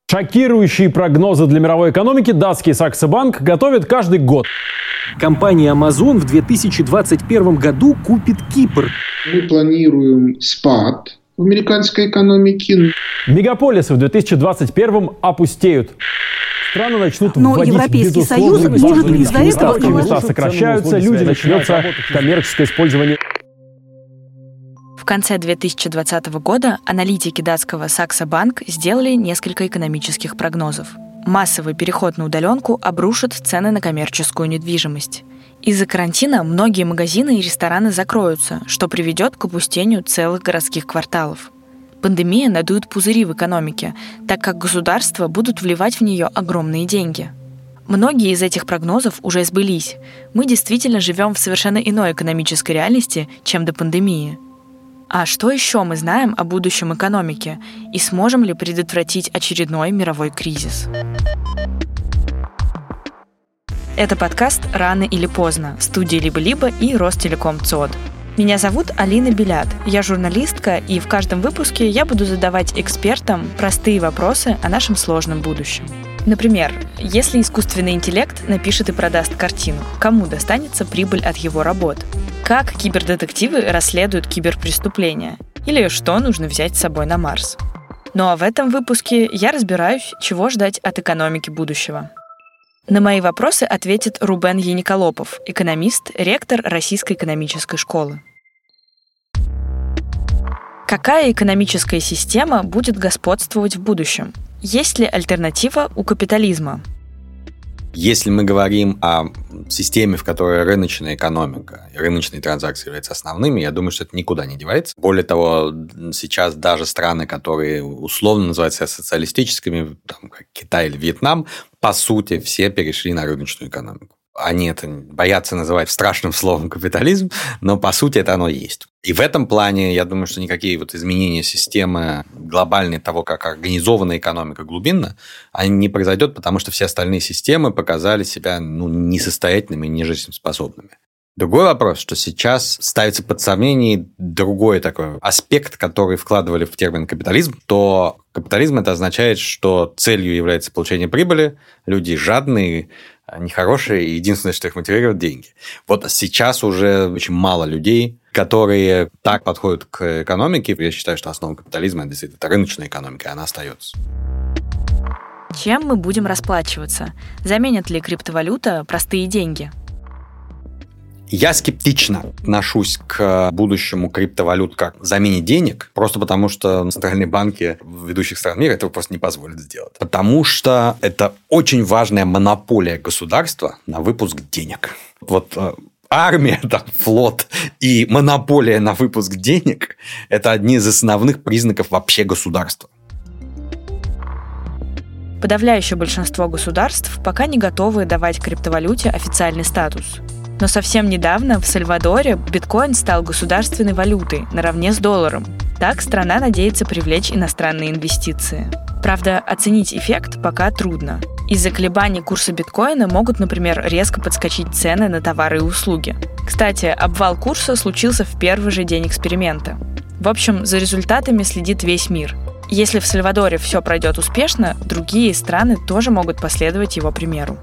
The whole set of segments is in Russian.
Шокирующие прогнозы для мировой экономики датский Saxo Bank готовит каждый год. Компания Amazon в 2021 году купит Кипр. Мы планируем спад в американской экономике. Мегаполисы в 2021 опустеют. Страны начнут вводить Европейский Союз может ли из-за этого ставки, места сокращаются, люди начнется коммерческое использование. В конце 2020 года аналитики датского Saxo Bank сделали несколько экономических прогнозов. Массовый переход на удаленку обрушит цены на коммерческую недвижимость. Из-за карантина многие магазины и рестораны закроются, что приведет к опустению целых городских кварталов. Пандемия надует пузыри в экономике, так как государства будут вливать в нее огромные деньги. Многие из этих прогнозов уже сбылись. Мы действительно живем в совершенно иной экономической реальности, чем до пандемии. А что еще мы знаем о будущем экономики и сможем ли предотвратить очередной мировой кризис? Это подкаст «Рано или поздно» студии «Либо-либо» и Ростелеком-ЦОД. Меня зовут Алина Белят, я журналистка, и в каждом выпуске я буду задавать экспертам простые вопросы о нашем сложном будущем. Например, если искусственный интеллект напишет и продаст картину, кому достанется прибыль от его работ? Как кибердетективы расследуют киберпреступления? Или что нужно взять с собой на Марс? Ну а в этом выпуске я разбираюсь, чего ждать от экономики будущего. На мои вопросы ответит Рубен Яниколопов, экономист, ректор Российской экономической школы. Какая экономическая система будет господствовать в будущем? Есть ли альтернатива у капитализма? Если мы говорим о системе, в которой рыночная экономика и рыночные транзакции являются основными, я думаю, что это никуда не девается. Более того, сейчас даже страны, которые условно называют себя социалистическими, там, как Китай или Вьетнам, по сути, все перешли на рыночную экономику. Они это боятся называть страшным словом капитализм, но по сути это оно и есть. И в этом плане, я думаю, что никакие изменения системы глобальной того, как организована экономика глубинно, они не произойдут, потому что все остальные системы показали себя несостоятельными и нежизнеспособными. Другой вопрос, что сейчас ставится под сомнение другой такой аспект, который вкладывали в термин капитализм, то капитализм это означает, что целью является получение прибыли, люди жадные, нехорошие, и единственное, что их мотивирует – деньги. Вот сейчас уже очень мало людей, которые так подходят к экономике. Я считаю, что основа капитализма – это действительно рыночная экономика, и она остается. Чем мы будем расплачиваться? Заменит ли криптовалюта простые деньги? Я скептично отношусь к будущему криптовалют как замене денег, просто потому что центральные банки ведущих стран мира этого просто не позволят сделать. Потому что это очень важная монополия государства на выпуск денег. Армия, флот и монополия на выпуск денег – это одни из основных признаков вообще государства. Подавляющее большинство государств пока не готовы давать криптовалюте официальный статус. Но совсем недавно в Сальвадоре биткоин стал государственной валютой наравне с долларом. Так страна надеется привлечь иностранные инвестиции. Правда, оценить эффект пока трудно. Из-за колебаний курса биткоина могут, например, резко подскочить цены на товары и услуги. Кстати, обвал курса случился в первый же день эксперимента. В общем, за результатами следит весь мир. Если в Сальвадоре все пройдет успешно, другие страны тоже могут последовать его примеру.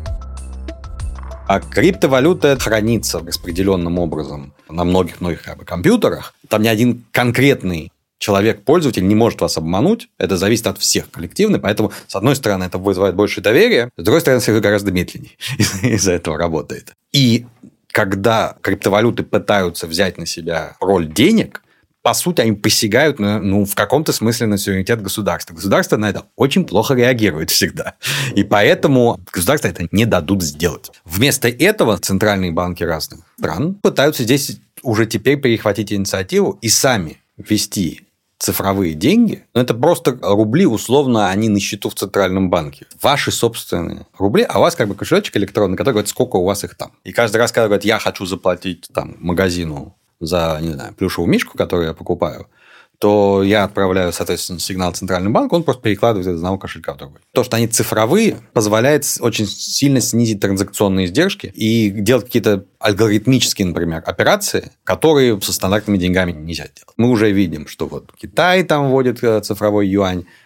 А криптовалюта хранится распределенным образом на многих-многих компьютерах. Там ни один конкретный человек-пользователь не может вас обмануть. Это зависит от всех коллективно. Поэтому, с одной стороны, это вызывает больше доверия, с другой стороны, это гораздо медленнее из-за этого работает. И когда криптовалюты пытаются взять на себя роль денег, по сути, они посягают в каком-то смысле на суверенитет государства. Государство на это очень плохо реагирует всегда. И поэтому государства это не дадут сделать. Вместо этого центральные банки разных стран пытаются здесь уже теперь перехватить инициативу и сами ввести цифровые деньги. Но это просто рубли, условно, они на счету в центральном банке. Ваши собственные рубли, а у вас кошелечек электронный, который говорит, сколько у вас их там. И каждый раз, когда говорят, я хочу заплатить магазину за, плюшевую мишку, которую я покупаю, то я отправляю, соответственно, сигнал Центральному банку, он просто перекладывает из одного кошелька в другой. То, что они цифровые, позволяет очень сильно снизить транзакционные издержки и делать какие-то алгоритмические, например, операции, которые со стандартными деньгами нельзя делать. Мы уже видим, что Китай там вводит цифровой юань,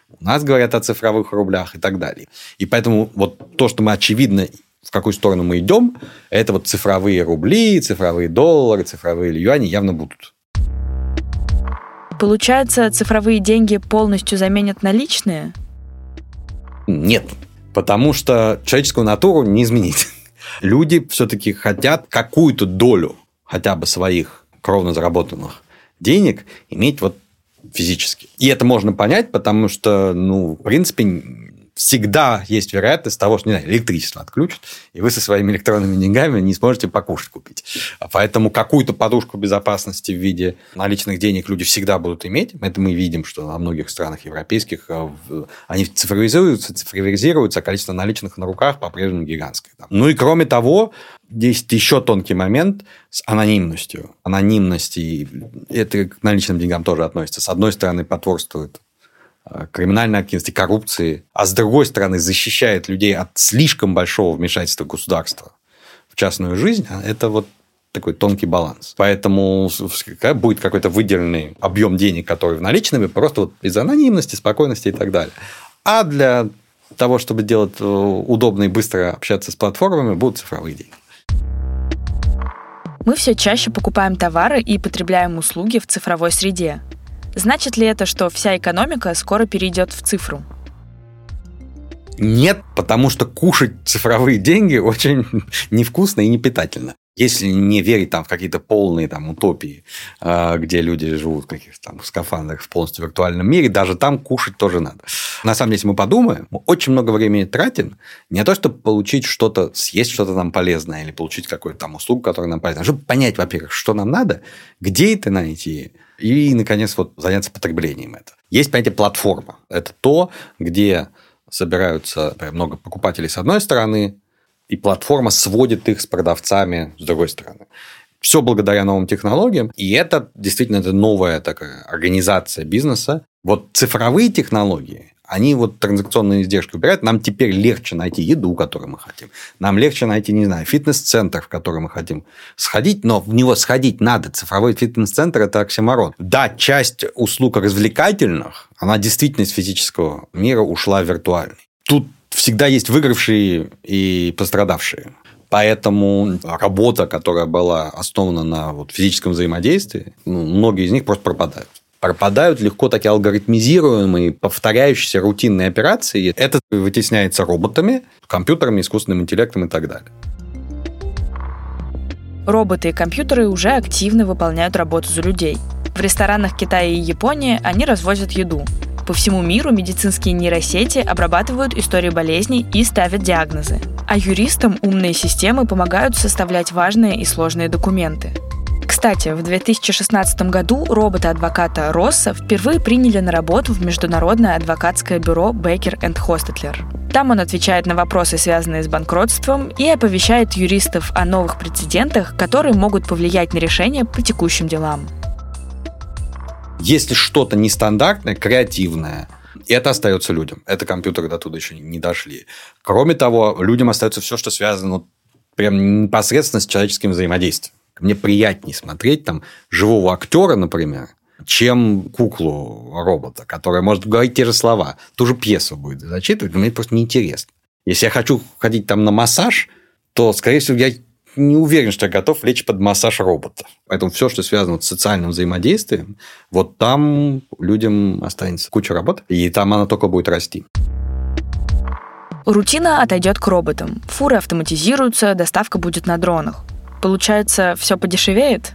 У нас говорят о цифровых рублях и так далее. И поэтому вот то, что мы очевидно, в какую сторону мы идем, это вот цифровые рубли, цифровые доллары, цифровые юани явно будут. Получается, цифровые деньги полностью заменят наличные? Нет, потому что человеческую натуру не изменить. Люди все-таки хотят какую-то долю хотя бы своих кровно заработанных денег иметь вот физически. И это можно понять, потому что, в принципе, всегда есть вероятность того, что, электричество отключат, и вы со своими электронными деньгами не сможете покушать купить. Поэтому какую-то подушку безопасности в виде наличных денег люди всегда будут иметь. Это мы видим, что во многих странах европейских они цифровизируются, а количество наличных на руках по-прежнему гигантское. Ну и кроме того, есть еще тонкий момент с анонимностью. Анонимность, и это к наличным деньгам тоже относится. С одной стороны, потворствует криминальной активности, коррупции, а с другой стороны, защищает людей от слишком большого вмешательства государства в частную жизнь. Это вот такой тонкий баланс. Поэтому будет какой-то выделенный объем денег, который в наличными, просто вот из анонимности, спокойности и так далее. А для того, чтобы делать удобно и быстро общаться с платформами, будут цифровые деньги. Мы все чаще покупаем товары и потребляем услуги в цифровой среде. Значит ли это, что вся экономика скоро перейдет в цифру? Нет, потому что кушать цифровые деньги очень невкусно и не питательно. Если не верить в какие-то полные утопии, где люди живут в каких-то скафандрах в полностью виртуальном мире, даже там кушать тоже надо. На самом деле, если мы подумаем, мы очень много времени тратим не на то, чтобы получить что-то, съесть что-то нам полезное или получить какую-то услугу, которая нам полезна, а чтобы понять, во-первых, что нам надо, где это найти, и, наконец, заняться потреблением этого. Есть понятие платформа. Это то, где собираются много покупателей с одной стороны, и платформа сводит их с продавцами с другой стороны. Все благодаря новым технологиям. И это действительно новая такая организация бизнеса. Вот цифровые технологии, они транзакционные издержки убирают. Нам теперь легче найти еду, которую мы хотим. Нам легче найти, фитнес-центр, в который мы хотим сходить. Но в него сходить надо. Цифровой фитнес-центр – это оксиморон. Да, часть услуг развлекательных, она действительно из физического мира ушла в виртуальный. Тут всегда есть выигравшие и пострадавшие. Поэтому работа, которая была основана на физическом взаимодействии, многие из них просто пропадают. Пропадают легко такие алгоритмизируемые, повторяющиеся рутинные операции. Это вытесняется роботами, компьютерами, искусственным интеллектом и так далее. Роботы и компьютеры уже активно выполняют работу за людей. В ресторанах Китая и Японии они развозят еду. По всему миру медицинские нейросети обрабатывают истории болезней и ставят диагнозы. А юристам умные системы помогают составлять важные и сложные документы. Кстати, в 2016 году робота-адвоката Росса впервые приняли на работу в международное адвокатское бюро Baker & Hostetler. Там он отвечает на вопросы, связанные с банкротством, и оповещает юристов о новых прецедентах, которые могут повлиять на решения по текущим делам. Если что-то нестандартное, креативное, это остается людям. Это компьютеры до туда еще не дошли. Кроме того, людям остается все, что связано прям непосредственно с человеческим взаимодействием. Мне приятнее смотреть живого актера, например, чем куклу робота, которая может говорить те же слова. Ту же пьесу будет зачитывать, но мне просто неинтересно. Если я хочу ходить на массаж, то, скорее всего, я не уверен, что я готов лечь под массаж робота. Поэтому все, что связано с социальным взаимодействием, там людям останется куча работы, и там она только будет расти. Рутина отойдет к роботам. Фуры автоматизируются, доставка будет на дронах. Получается, все подешевеет?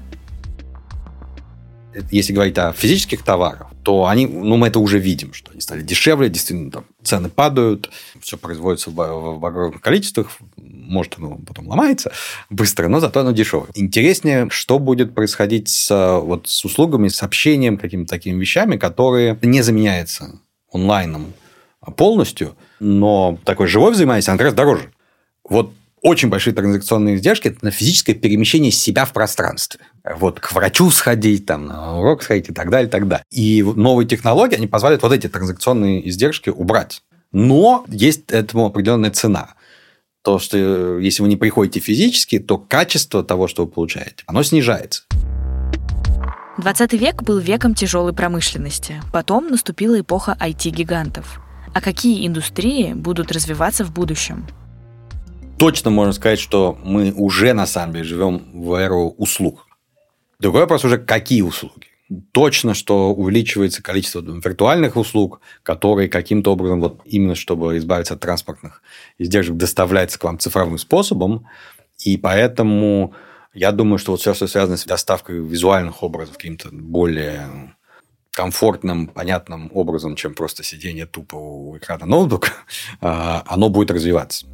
Если говорить о физических товарах, то мы это уже видим, что они стали дешевле, действительно, цены падают, все производится в огромных количествах, может, оно потом ломается быстро, но зато оно дешевое. Интереснее, что будет происходить с услугами, с общением, какими-то такими вещами, которые не заменяются онлайном полностью, но такое живое взаимодействие, оно как раз дороже. Очень большие транзакционные издержки – это на физическое перемещение себя в пространстве. К врачу сходить, на урок сходить и так далее, и так далее. И новые технологии, они позволяют эти транзакционные издержки убрать. Но есть этому определенная цена. То, что если вы не приходите физически, то качество того, что вы получаете, оно снижается. 20 век был веком тяжелой промышленности. Потом наступила эпоха IT-гигантов. А какие индустрии будут развиваться в будущем? Точно можно сказать, что мы уже на самом деле живем в эру услуг. Другой вопрос уже, какие услуги. Точно, что увеличивается количество виртуальных услуг, которые каким-то образом, вот именно чтобы избавиться от транспортных издержек, доставляются к вам цифровым способом. И поэтому я думаю, что вот все, что связано с доставкой визуальных образов каким-то более комфортным, понятным образом, чем просто сидение тупо у экрана ноутбука, оно будет развиваться.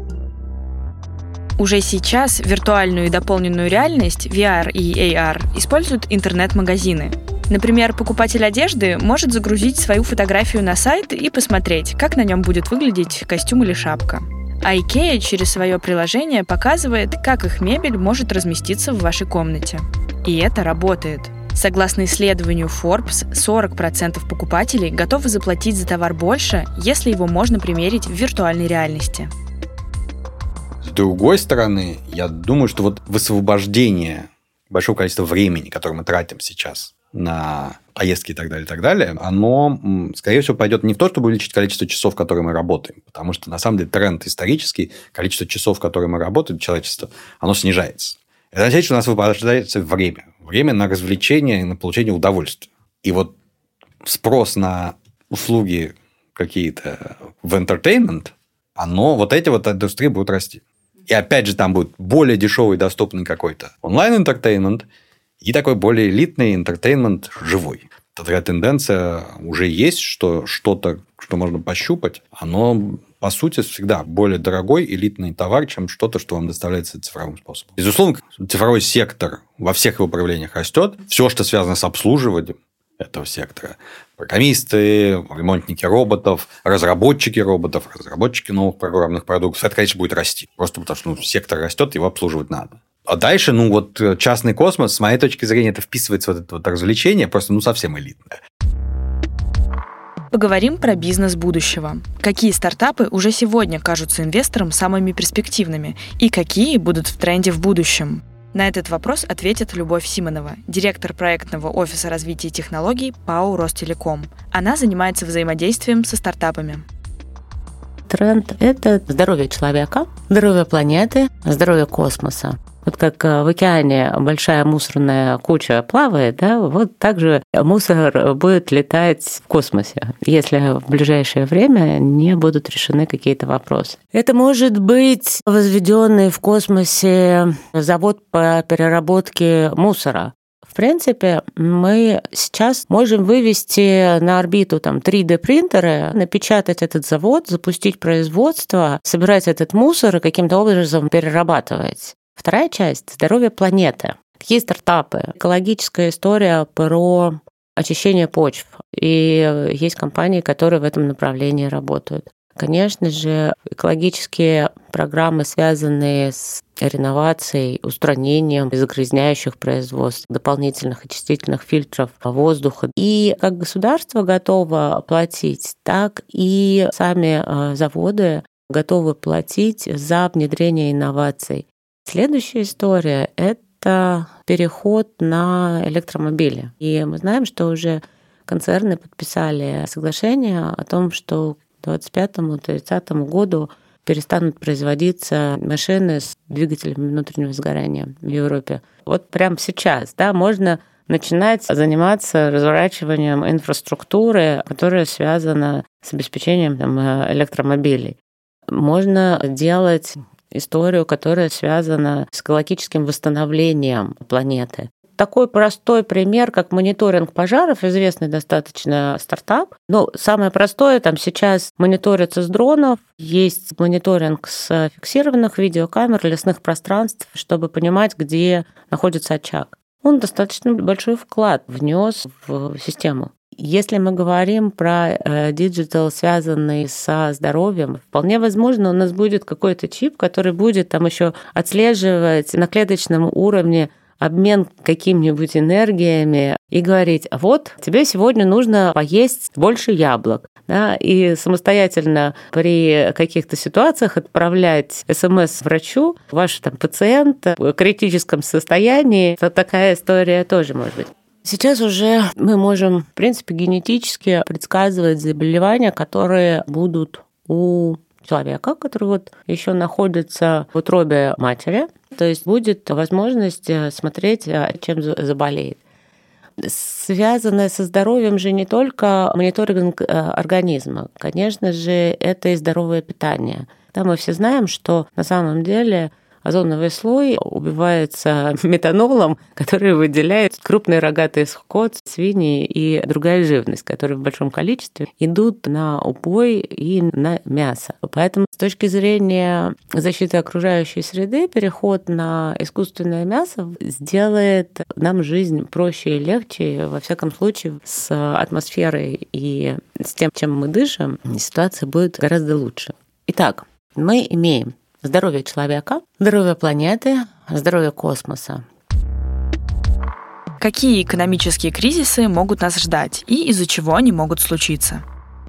Уже сейчас виртуальную и дополненную реальность, VR и AR, используют интернет-магазины. Например, покупатель одежды может загрузить свою фотографию на сайт и посмотреть, как на нем будет выглядеть костюм или шапка. А IKEA через свое приложение показывает, как их мебель может разместиться в вашей комнате. И это работает. Согласно исследованию Forbes, 40% покупателей готовы заплатить за товар больше, если его можно примерить в виртуальной реальности. С другой стороны, я думаю, что вот высвобождение большого количества времени, которое мы тратим сейчас на поездки и так далее, оно, скорее всего, пойдет не в то, чтобы увеличить количество часов, которые мы работаем, потому что, на самом деле, тренд исторический, количество часов, которые мы работаем, человечество, оно снижается. Это означает, что у нас высвобождается время. Время на развлечение и на получение удовольствия. И вот спрос на услуги какие-то в entertainment, вот эти вот индустрии будут расти. И опять же, там будет более дешевый, доступный какой-то онлайн-энтертеймент и такой более элитный энтертеймент живой. Такая тенденция уже есть, что что-то, что можно пощупать, оно, по сути, всегда более дорогой элитный товар, чем что-то, что вам доставляется цифровым способом. Безусловно, цифровой сектор во всех его проявлениях растет. Все, что связано с обслуживанием этого сектора. Программисты, ремонтники роботов, разработчики роботов, разработчики новых программных продуктов. Это, конечно, будет расти. Просто потому что сектор растет, его обслуживать надо. А дальше, частный космос, с моей точки зрения, это вписывается в это вот развлечение, просто совсем элитное. Поговорим про бизнес будущего. Какие стартапы уже сегодня кажутся инвесторам самыми перспективными и какие будут в тренде в будущем? На этот вопрос ответит Любовь Симонова, директор проектного офиса развития технологий ПАО «Ростелеком». Она занимается взаимодействием со стартапами. Тренд – это здоровье человека, здоровье планеты, здоровье космоса. Вот как в океане большая мусорная куча плавает, да, вот так же мусор будет летать в космосе, если в ближайшее время не будут решены какие-то вопросы. Это может быть возведенный в космосе завод по переработке мусора. В принципе, мы сейчас можем вывести на орбиту 3D-принтеры, напечатать этот завод, запустить производство, собирать этот мусор и каким-то образом перерабатывать. Вторая часть – здоровье планеты. Какие стартапы? Экологическая история про очищение почв. И есть компании, которые в этом направлении работают. Конечно же, экологические программы, связанные с реновацией, устранением загрязняющих производств, дополнительных очистительных фильтров воздуха. И как государство готово платить, так и сами заводы готовы платить за внедрение инноваций. Следующая история – это переход на электромобили. И мы знаем, что уже концерны подписали соглашение о том, что к 2025-2030 году перестанут производиться машины с двигателями внутреннего сгорания в Европе. Вот прямо сейчас, можно начинать заниматься разворачиванием инфраструктуры, которая связана с обеспечением электромобилей. Можно делать историю, которая связана с экологическим восстановлением планеты. Такой простой пример, как мониторинг пожаров, известный достаточно стартап. Самое простое, сейчас мониторится с дронов, есть мониторинг с фиксированных видеокамер лесных пространств, чтобы понимать, где находится очаг. Он достаточно большой вклад внес в систему. Если мы говорим про диджитал, связанный со здоровьем, вполне возможно, у нас будет какой-то чип, который будет еще отслеживать на клеточном уровне обмен какими-нибудь энергиями и говорить: вот, тебе сегодня нужно поесть больше яблок. И самостоятельно при каких-то ситуациях отправлять СМС врачу: ваш пациент в критическом состоянии. Такая история тоже может быть. Сейчас уже мы можем, в принципе, генетически предсказывать заболевания, которые будут у человека, который вот еще находится в утробе матери. То есть будет возможность смотреть, чем заболеет. Связанное со здоровьем же не только мониторинг организма. Конечно же, это и здоровое питание. Да, мы все знаем, что на самом деле озоновый слой убивается метанолом, который выделяет крупный рогатый скот, свиньи и другая живность, которые в большом количестве идут на убой и на мясо. Поэтому с точки зрения защиты окружающей среды переход на искусственное мясо сделает нам жизнь проще и легче. Во всяком случае, с атмосферой и с тем, чем мы дышим, ситуация будет гораздо лучше. Итак, мы имеем здоровье человека, здоровье планеты, здоровье космоса. Какие экономические кризисы могут нас ждать и из-за чего они могут случиться?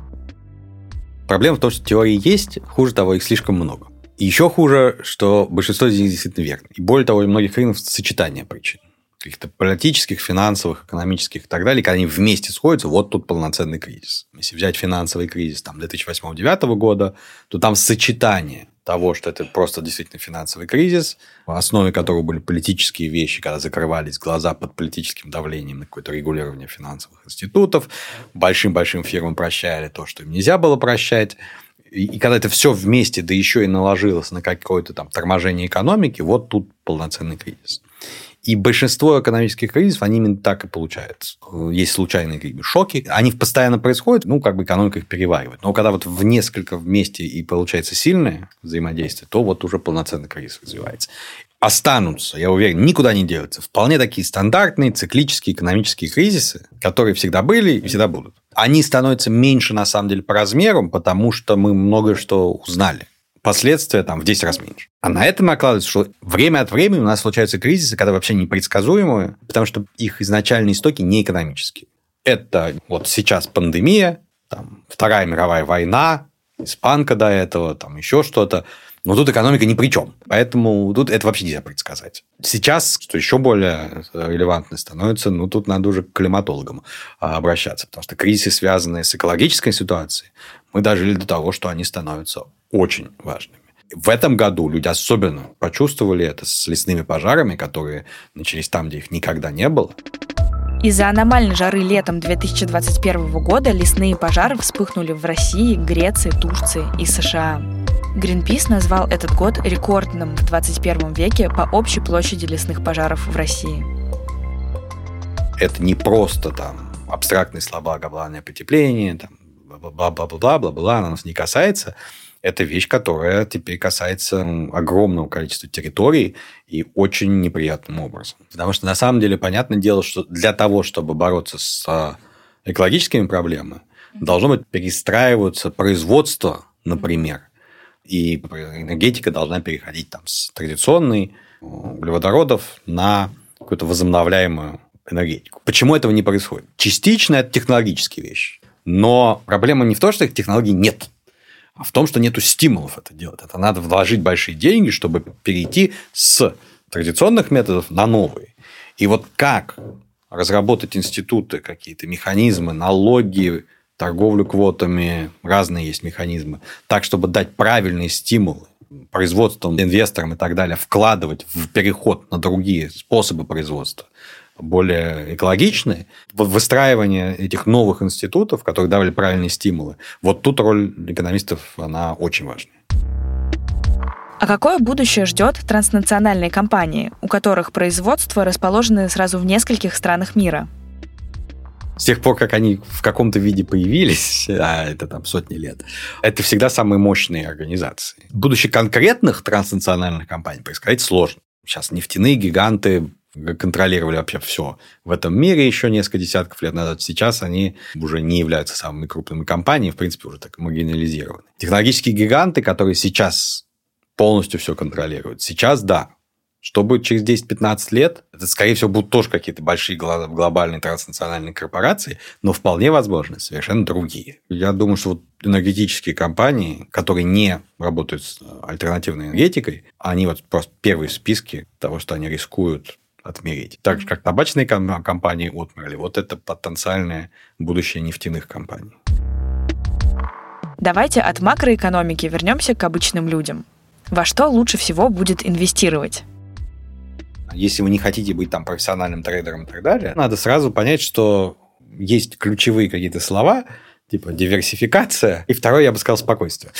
Проблема в том, что теории есть, хуже того, их слишком много. И еще хуже, что большинство из них действительно верно. И более того, у многих рынков сочетание причин. Каких-то политических, финансовых, экономических и так далее, когда они вместе сходятся, вот тут полноценный кризис. Если взять финансовый кризис 2008-2009 года, то там сочетание того, что это просто действительно финансовый кризис, в основе которого были политические вещи, когда закрывались глаза под политическим давлением на какое-то регулирование финансовых институтов, большим-большим фирмам прощали то, что им нельзя было прощать. И когда это все вместе, да еще и наложилось на какое-то там торможение экономики, вот тут полноценный кризис. И большинство экономических кризисов, они именно так и получаются. Есть случайные шоки, они постоянно происходят, экономика их переваривает. Но когда вот в несколько вместе и получается сильное взаимодействие, то вот уже полноценный кризис развивается. Останутся, я уверен, никуда не делаются. Вполне такие стандартные циклические экономические кризисы, которые всегда были и всегда будут. Они становятся меньше, на самом деле, по размерам, потому что мы многое что узнали. Последствия в 10 раз меньше. А на это накладывается, что время от времени у нас случаются кризисы, когда вообще непредсказуемые, потому что их изначальные истоки не экономические. Это вот сейчас пандемия, Вторая мировая война, испанка до этого, еще что-то. Но тут экономика ни при чем. Поэтому тут это вообще нельзя предсказать. Сейчас, что еще более релевантно становится, тут надо уже к климатологам обращаться. Потому что кризисы, связанные с экологической ситуацией, мы дожили до того, что они становятся очень важными. В этом году люди особенно почувствовали это с лесными пожарами, которые начались там, где их никогда не было. Из-за аномальной жары летом 2021 года лесные пожары вспыхнули в России, Греции, Турции и США. Greenpeace назвал этот год рекордным в 21 веке по общей площади лесных пожаров в России. Это не просто абстрактные слова, глобальное потепление, бла-бла-бла-бла-бла, она нас не касается. Это вещь, которая теперь касается огромного количества территорий и очень неприятным образом. Потому что, на самом деле, понятное дело, что для того, чтобы бороться с экологическими проблемами, должно быть перестраиваться производство, например, и энергетика должна переходить с традиционной углеводородов на какую-то возобновляемую энергетику. Почему этого не происходит? Частично это технологические вещи. Но проблема не в том, что этих технологий нет, а в том, что нет стимулов это делать. Это надо вложить большие деньги, чтобы перейти с традиционных методов на новые. И вот как разработать институты, какие-то механизмы, налоги, торговлю квотами, разные есть механизмы, так, чтобы дать правильные стимулы производствам, инвесторам и так далее, вкладывать в переход на другие способы производства, более экологичные, выстраивание этих новых институтов, которые давали правильные стимулы, вот тут роль экономистов, она очень важная. А какое будущее ждет транснациональные компании, у которых производства расположены сразу в нескольких странах мира? С тех пор, как они в каком-то виде появились, а это сотни лет, это всегда самые мощные организации. Будущее конкретных транснациональных компаний предсказать сложно. Сейчас нефтяные гиганты контролировали вообще все в этом мире еще несколько десятков лет назад. Сейчас они уже не являются самыми крупными компаниями, в принципе, уже так маргинализированы. Технологические гиганты, которые сейчас полностью все контролируют. Сейчас, да. Что будет через 10-15 лет, это, скорее всего, будут тоже какие-то большие глобальные транснациональные корпорации, но вполне возможно совершенно другие. Я думаю, что энергетические компании, которые не работают с альтернативной энергетикой, они просто первые в списке того, что они рискуют отмереть. Так же, как табачные компании отмерли. Вот это потенциальное будущее нефтяных компаний. Давайте от макроэкономики вернемся к обычным людям. Во что лучше всего будет инвестировать? Если вы не хотите быть там профессиональным трейдером и так далее, надо сразу понять, что есть ключевые какие-то слова, типа диверсификация, и второе, я бы сказал, спокойствие.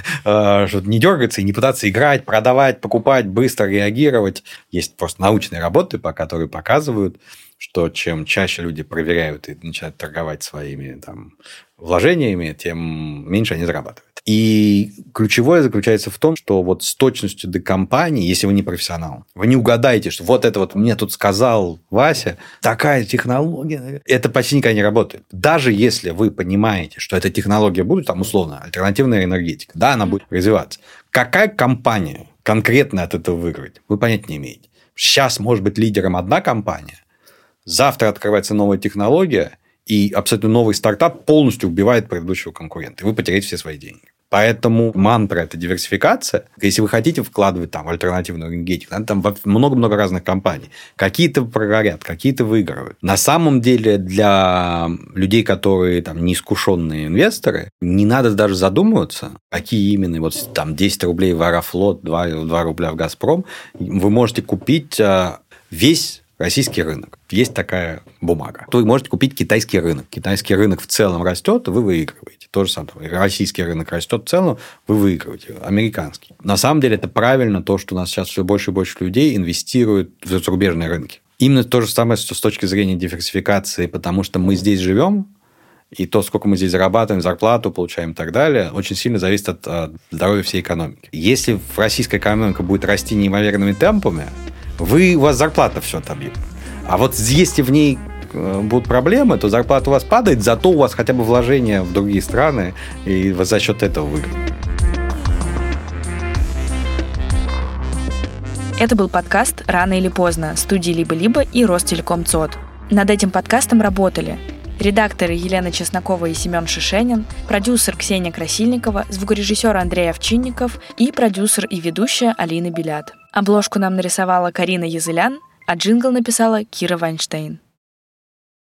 Чтобы не дергаться и не пытаться играть, продавать, покупать, быстро реагировать. Есть просто научные работы, которые показывают, что чем чаще люди проверяют и начинают торговать своими там вложениями, тем меньше они зарабатывают. И ключевое заключается в том, что вот с точностью до компании, если вы не профессионал, вы не угадаете, что вот это вот мне тут сказал Вася, такая технология, это почти никогда не работает. Даже если вы понимаете, что эта технология будет, там условно, альтернативная энергетика, да, она будет развиваться. Какая компания конкретно от этого выиграет, вы понять не имеете. Сейчас может быть лидером одна компания, завтра открывается новая технология, и абсолютно новый стартап полностью убивает предыдущего конкурента, и вы потеряете все свои деньги. Поэтому мантра – это диверсификация. Если вы хотите вкладывать там в альтернативную энергетику, надо там много-много разных компаний. Какие-то прогорят, какие-то выигрывают. На самом деле для людей, которые там неискушенные инвесторы, не надо даже задумываться, какие именно. Вот там 10 рублей в Аэрофлот, 2 рубля в Газпром. Вы можете купить весь российский рынок. Есть такая бумага. Вы можете купить китайский рынок. Китайский рынок в целом растет, вы выигрываете. То же самое. Российский рынок растет в целом, вы выигрываете. Американский. На самом деле это правильно, то, что у нас сейчас все больше и больше людей инвестируют в зарубежные рынки. Именно то же самое с точки зрения диверсификации, потому что мы здесь живем, и то, сколько мы здесь зарабатываем, зарплату получаем и так далее, очень сильно зависит от здоровья всей экономики. Если российская экономика будет расти неимоверными темпами, у вас зарплата все отобьет. А вот если в ней будут проблемы, то зарплата у вас падает, зато у вас хотя бы вложения в другие страны, и вы за счет этого выиграете. Это был подкаст «Рано или поздно» студии «Либо-либо» и Ростелеком-ЦОД. Над этим подкастом работали редакторы Елена Чеснокова и Семен Шишенин, продюсер Ксения Красильникова, звукорежиссер Андрей Овчинников и продюсер и ведущая Алина Белят. Обложку нам нарисовала Карина Язылян, а джингл написала Кира Вайнштейн.